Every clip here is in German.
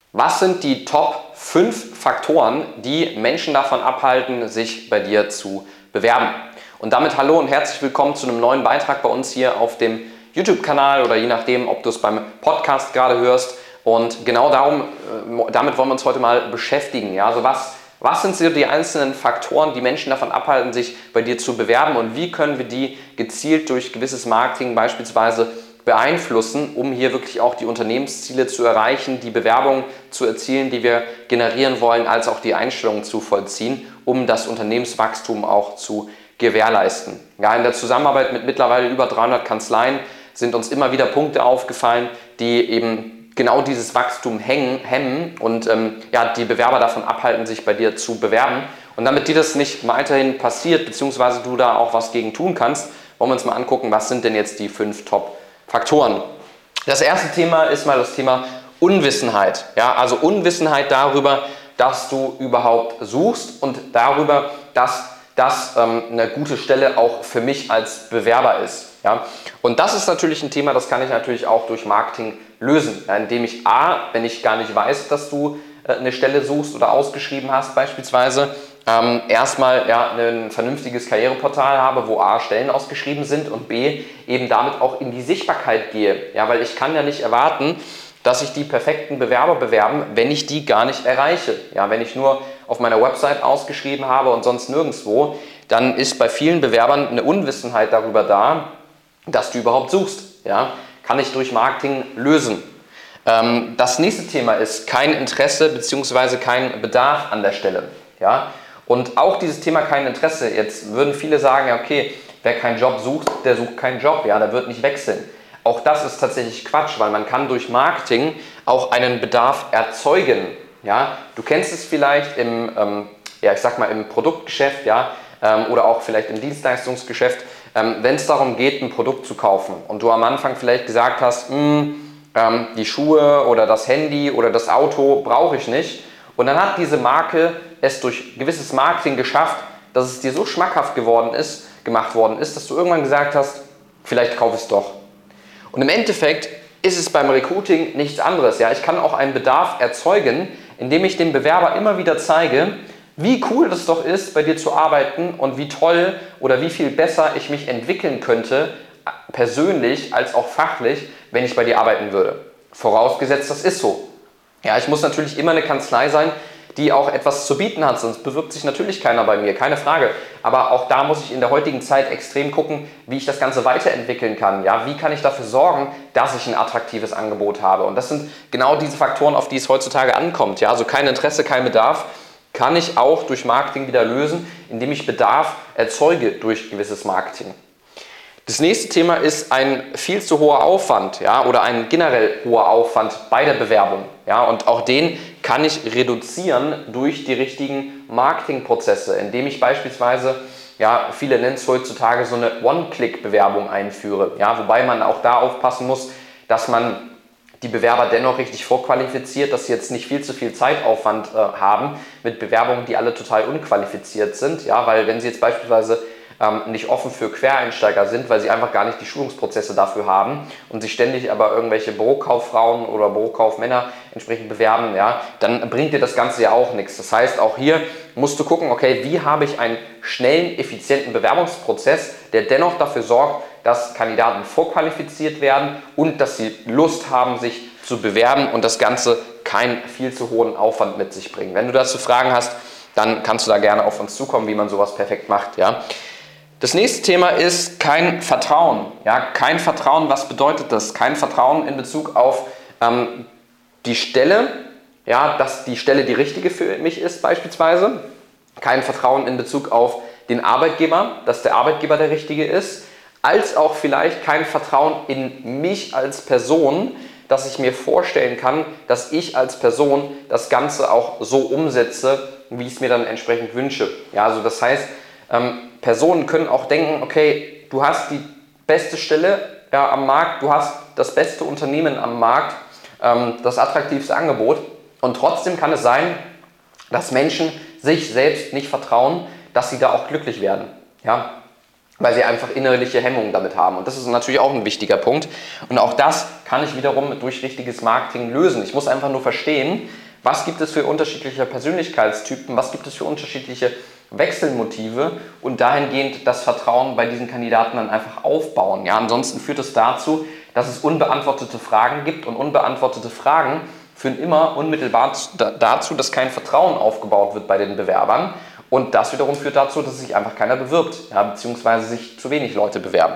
Was sind die Top 5 Faktoren, die Menschen davon abhalten, sich bei dir zu bewerben? Und damit hallo und herzlich willkommen zu einem neuen Beitrag bei uns hier auf dem YouTube-Kanal oder je nachdem, ob du es beim Podcast gerade hörst. Und genau damit wollen wir uns heute mal beschäftigen. Ja, also was sind so die einzelnen Faktoren, die Menschen davon abhalten, sich bei dir zu bewerben, und wie können wir die gezielt durch gewisses Marketing beispielsweise beeinflussen, um hier wirklich auch die Unternehmensziele zu erreichen, die Bewerbung zu erzielen, die wir generieren wollen, als auch die Einstellungen zu vollziehen, um das Unternehmenswachstum auch zu gewährleisten. Ja, in der Zusammenarbeit mit mittlerweile über 300 Kanzleien sind uns immer wieder Punkte aufgefallen, die eben genau dieses Wachstum hemmen und die Bewerber davon abhalten, sich bei dir zu bewerben. Und damit dir das nicht weiterhin passiert, beziehungsweise du da auch was gegen tun kannst, wollen wir uns mal angucken, was sind denn jetzt die 5 Top-Faktoren. Das erste Thema ist mal das Thema Unwissenheit. Ja, also Unwissenheit darüber, dass du überhaupt suchst und darüber, dass das eine gute Stelle auch für mich als Bewerber ist. Ja? Und das ist natürlich ein Thema, das kann ich natürlich auch durch Marketing lösen, ja, indem ich wenn ich gar nicht weiß, dass du eine Stelle suchst oder ausgeschrieben hast beispielsweise, erstmal ein vernünftiges Karriereportal habe, wo A, Stellen ausgeschrieben sind und B, eben damit auch in die Sichtbarkeit gehe. Ja, weil ich kann ja nicht erwarten, dass sich die perfekten Bewerber bewerben, wenn ich die gar nicht erreiche. Ja, wenn ich nur auf meiner Website ausgeschrieben habe und sonst nirgendwo, dann ist bei vielen Bewerbern eine Unwissenheit darüber da, dass du überhaupt suchst. Ja, kann ich durch Marketing lösen. Das nächste Thema ist kein Interesse bzw. kein Bedarf an der Stelle. Ja, und auch dieses Thema kein Interesse. Jetzt würden viele sagen, ja okay, wer keinen Job sucht, der sucht keinen Job. Ja, der wird nicht wechseln. Auch das ist tatsächlich Quatsch, weil man kann durch Marketing auch einen Bedarf erzeugen. Ja? Du kennst es vielleicht im Produktgeschäft, ja? Oder auch vielleicht im Dienstleistungsgeschäft, wenn es darum geht, ein Produkt zu kaufen und du am Anfang vielleicht gesagt hast, die Schuhe oder das Handy oder das Auto brauche ich nicht. Und dann hat diese Marke es durch gewisses Marketing geschafft, dass es dir so schmackhaft gemacht worden ist, dass du irgendwann gesagt hast, vielleicht kaufe ich es doch. Und im Endeffekt ist es beim Recruiting nichts anderes. Ja? Ich kann auch einen Bedarf erzeugen, indem ich dem Bewerber immer wieder zeige, wie cool das doch ist, bei dir zu arbeiten und wie toll oder wie viel besser ich mich entwickeln könnte, persönlich als auch fachlich, wenn ich bei dir arbeiten würde. Vorausgesetzt, das ist so. Ja, ich muss natürlich immer eine Kanzlei sein, die auch etwas zu bieten hat, sonst bewirbt sich natürlich keiner bei mir, keine Frage. Aber auch da muss ich in der heutigen Zeit extrem gucken, wie ich das Ganze weiterentwickeln kann. Ja, wie kann ich dafür sorgen, dass ich ein attraktives Angebot habe? Und das sind genau diese Faktoren, auf die es heutzutage ankommt. Ja, also kein Interesse, kein Bedarf kann ich auch durch Marketing wieder lösen, indem ich Bedarf erzeuge durch gewisses Marketing. Das nächste Thema ist ein viel zu hoher Aufwand, ja, oder ein generell hoher Aufwand bei der Bewerbung. Ja, und auch den kann ich reduzieren durch die richtigen Marketingprozesse, indem ich beispielsweise, ja, viele nennen es heutzutage so eine One-Click-Bewerbung einführe. Ja, wobei man auch da aufpassen muss, dass man die Bewerber dennoch richtig vorqualifiziert, dass sie jetzt nicht viel zu viel Zeitaufwand haben mit Bewerbungen, die alle total unqualifiziert sind. Ja, weil wenn sie jetzt beispielsweise nicht offen für Quereinsteiger sind, weil sie einfach gar nicht die Schulungsprozesse dafür haben und sich ständig aber irgendwelche Bürokauffrauen oder Bürokaufmänner entsprechend bewerben, ja, dann bringt dir das Ganze ja auch nichts. Das heißt, auch hier musst du gucken, okay, wie habe ich einen schnellen, effizienten Bewerbungsprozess, der dennoch dafür sorgt, dass Kandidaten vorqualifiziert werden und dass sie Lust haben, sich zu bewerben und das Ganze keinen viel zu hohen Aufwand mit sich bringt. Wenn du dazu Fragen hast, dann kannst du da gerne auf uns zukommen, wie man sowas perfekt macht, ja. Das nächste Thema ist kein Vertrauen. Ja, kein Vertrauen, was bedeutet das? Kein Vertrauen in Bezug auf die Stelle, ja, dass die Stelle die richtige für mich ist beispielsweise. Kein Vertrauen in Bezug auf den Arbeitgeber, dass der Arbeitgeber der richtige ist. Als auch vielleicht kein Vertrauen in mich als Person, dass ich mir vorstellen kann, dass ich als Person das Ganze auch so umsetze, wie ich es mir dann entsprechend wünsche. Ja, also das heißt, Personen können auch denken, okay, du hast die beste Stelle am Markt, du hast das beste Unternehmen am Markt, das attraktivste Angebot, und trotzdem kann es sein, dass Menschen sich selbst nicht vertrauen, dass sie da auch glücklich werden. Ja? weil sie einfach innerliche Hemmungen damit haben. Und das ist natürlich auch ein wichtiger Punkt. Und auch das kann ich wiederum durch richtiges Marketing lösen. Ich muss einfach nur verstehen, was gibt es für unterschiedliche Persönlichkeitstypen, was gibt es für unterschiedliche Wechselmotive und dahingehend das Vertrauen bei diesen Kandidaten dann einfach aufbauen. Ja, ansonsten führt es dazu, dass es unbeantwortete Fragen gibt und unbeantwortete Fragen führen immer unmittelbar dazu, dass kein Vertrauen aufgebaut wird bei den Bewerbern. Und das wiederum führt dazu, dass sich einfach keiner bewirbt, ja, beziehungsweise sich zu wenig Leute bewerben.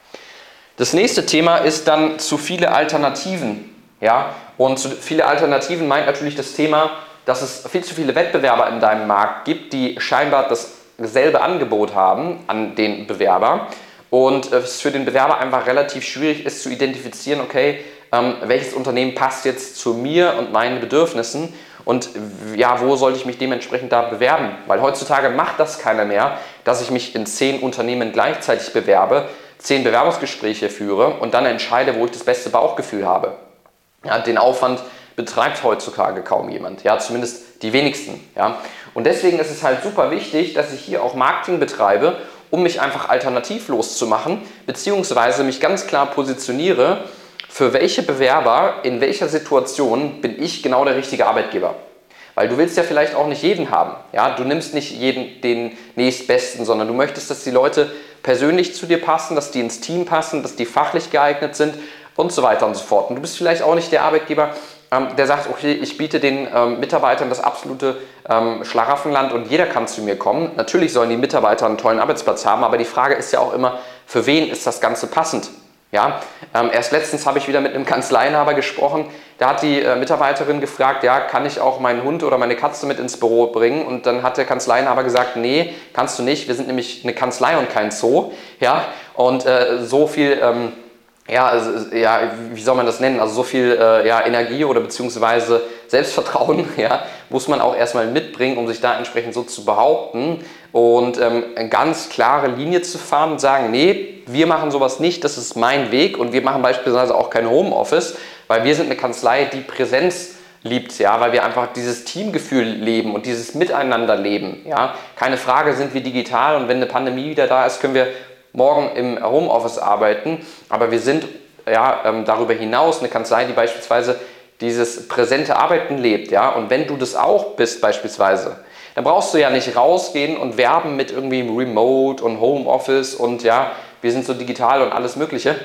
Das nächste Thema ist dann zu viele Alternativen. Ja? Und zu viele Alternativen meint natürlich das Thema, dass es viel zu viele Wettbewerber in deinem Markt gibt, die scheinbar dasselbe Angebot haben an den Bewerber. Und es für den Bewerber einfach relativ schwierig ist zu identifizieren, okay, welches Unternehmen passt jetzt zu mir und meinen Bedürfnissen und ja, wo sollte ich mich dementsprechend da bewerben? Weil heutzutage macht das keiner mehr, dass ich mich in 10 Unternehmen gleichzeitig bewerbe, 10 Bewerbungsgespräche führe und dann entscheide, wo ich das beste Bauchgefühl habe. Ja, den Aufwand betreibt heutzutage kaum jemand, ja, zumindest die wenigsten. Ja. Und deswegen ist es halt super wichtig, dass ich hier auch Marketing betreibe, um mich einfach alternativlos zu machen, beziehungsweise mich ganz klar positioniere, für welche Bewerber, in welcher Situation bin ich genau der richtige Arbeitgeber. Weil du willst ja vielleicht auch nicht jeden haben. Ja? Du nimmst nicht jeden den nächstbesten, sondern du möchtest, dass die Leute persönlich zu dir passen, dass die ins Team passen, dass die fachlich geeignet sind und so weiter und so fort. Und du bist vielleicht auch nicht der Arbeitgeber, der sagt, okay, ich biete den Mitarbeitern das absolute Schlaraffenland und jeder kann zu mir kommen. Natürlich sollen die Mitarbeiter einen tollen Arbeitsplatz haben, aber die Frage ist ja auch immer, für wen ist das Ganze passend? Ja, erst letztens habe ich wieder mit einem Kanzleiinhaber gesprochen, da hat die Mitarbeiterin gefragt, ja, kann ich auch meinen Hund oder meine Katze mit ins Büro bringen? Und dann hat der Kanzleiinhaber gesagt, nee, kannst du nicht, wir sind nämlich eine Kanzlei und kein Zoo. Ja, und so viel, wie soll man das nennen, also so viel Energie oder beziehungsweise Selbstvertrauen, ja, muss man auch erstmal mitbringen, um sich da entsprechend so zu behaupten und eine ganz klare Linie zu fahren und sagen, nee, wir machen sowas nicht, das ist mein Weg und wir machen beispielsweise auch kein Homeoffice, weil wir sind eine Kanzlei, die Präsenz liebt, ja, weil wir einfach dieses Teamgefühl leben und dieses Miteinander leben, ja. Keine Frage, sind wir digital und wenn eine Pandemie wieder da ist, können wir morgen im Homeoffice arbeiten, aber wir sind darüber hinaus eine Kanzlei, die beispielsweise dieses präsente Arbeiten lebt, ja, und wenn du das auch bist beispielsweise, dann brauchst du ja nicht rausgehen und werben mit irgendwie Remote und Homeoffice und ja, wir sind so digital und alles Mögliche.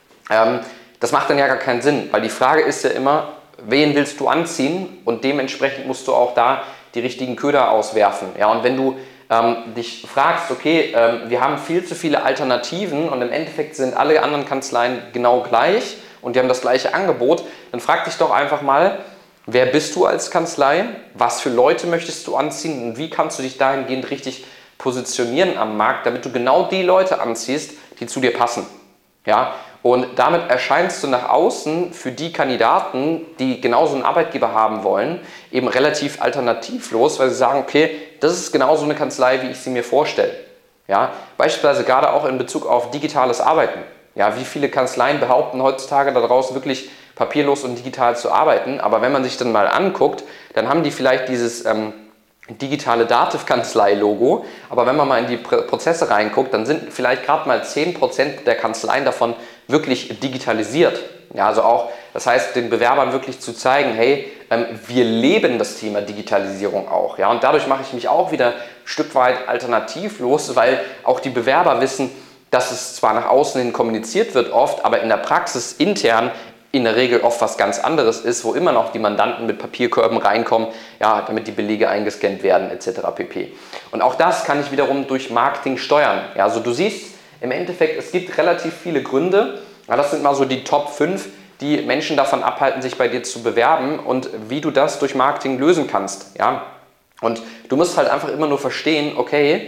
Das macht dann ja gar keinen Sinn, weil die Frage ist ja immer, wen willst du anziehen und dementsprechend musst du auch da die richtigen Köder auswerfen. Ja, und wenn du dich fragst, okay, wir haben viel zu viele Alternativen und im Endeffekt sind alle anderen Kanzleien genau gleich und die haben das gleiche Angebot, dann frag dich doch einfach mal, wer bist du als Kanzlei, was für Leute möchtest du anziehen und wie kannst du dich dahingehend richtig positionieren am Markt, damit du genau die Leute anziehst, die zu dir passen. Ja? Und damit erscheinst du nach außen für die Kandidaten, die genauso einen Arbeitgeber haben wollen, eben relativ alternativlos, weil sie sagen, okay, das ist genauso eine Kanzlei, wie ich sie mir vorstelle. Ja? Beispielsweise gerade auch in Bezug auf digitales Arbeiten. Ja, wie viele Kanzleien behaupten heutzutage da draußen wirklich papierlos und digital zu arbeiten, aber wenn man sich dann mal anguckt, dann haben die vielleicht dieses digitale Dativ-Kanzlei-Logo, aber wenn man mal in die Prozesse reinguckt, dann sind vielleicht gerade mal 10% der Kanzleien davon wirklich digitalisiert. Ja, also auch, das heißt, den Bewerbern wirklich zu zeigen, hey, wir leben das Thema Digitalisierung auch. Ja, und dadurch mache ich mich auch wieder ein Stück weit alternativlos, weil auch die Bewerber wissen, dass es zwar nach außen hin kommuniziert wird oft, aber in der Praxis intern in der Regel oft was ganz anderes ist, wo immer noch die Mandanten mit Papierkörben reinkommen, ja, damit die Belege eingescannt werden etc. pp. Und auch das kann ich wiederum durch Marketing steuern. Ja, also du siehst im Endeffekt, es gibt relativ viele Gründe, ja, das sind mal so die Top 5, die Menschen davon abhalten, sich bei dir zu bewerben und wie du das durch Marketing lösen kannst. Ja. Und du musst halt einfach immer nur verstehen, okay,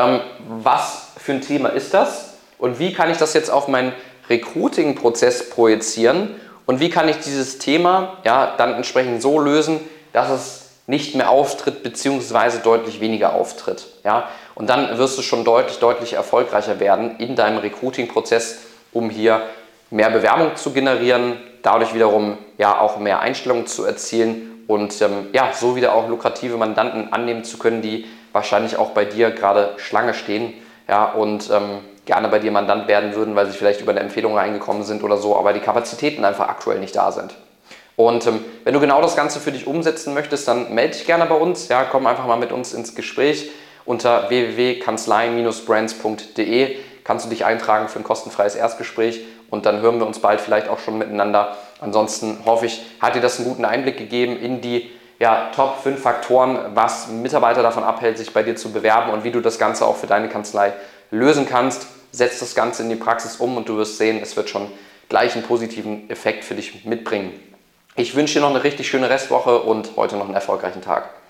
was für ein Thema ist das? Und wie kann ich das jetzt auf meinen Recruiting-Prozess projizieren und wie kann ich dieses Thema dann entsprechend so lösen, dass es nicht mehr auftritt bzw. deutlich weniger auftritt. Ja? Und dann wirst du schon deutlich erfolgreicher werden in deinem Recruiting-Prozess, um hier mehr Bewerbung zu generieren, dadurch wiederum auch mehr Einstellungen zu erzielen und so wieder auch lukrative Mandanten annehmen zu können, die wahrscheinlich auch bei dir gerade Schlange stehen. Ja, und gerne bei dir Mandant werden würden, weil sie vielleicht über eine Empfehlung reingekommen sind oder so, aber die Kapazitäten einfach aktuell nicht da sind. Und wenn du genau das Ganze für dich umsetzen möchtest, dann melde dich gerne bei uns. Ja, komm einfach mal mit uns ins Gespräch. Unter www.kanzlei-brands.de kannst du dich eintragen für ein kostenfreies Erstgespräch und dann hören wir uns bald vielleicht auch schon miteinander. Ansonsten hoffe ich, hat dir das einen guten Einblick gegeben in die Top 5 Faktoren, was Mitarbeiter davon abhält, sich bei dir zu bewerben und wie du das Ganze auch für deine Kanzlei lösen kannst. Setz das Ganze in die Praxis um und du wirst sehen, es wird schon gleich einen positiven Effekt für dich mitbringen. Ich wünsche dir noch eine richtig schöne Restwoche und heute noch einen erfolgreichen Tag.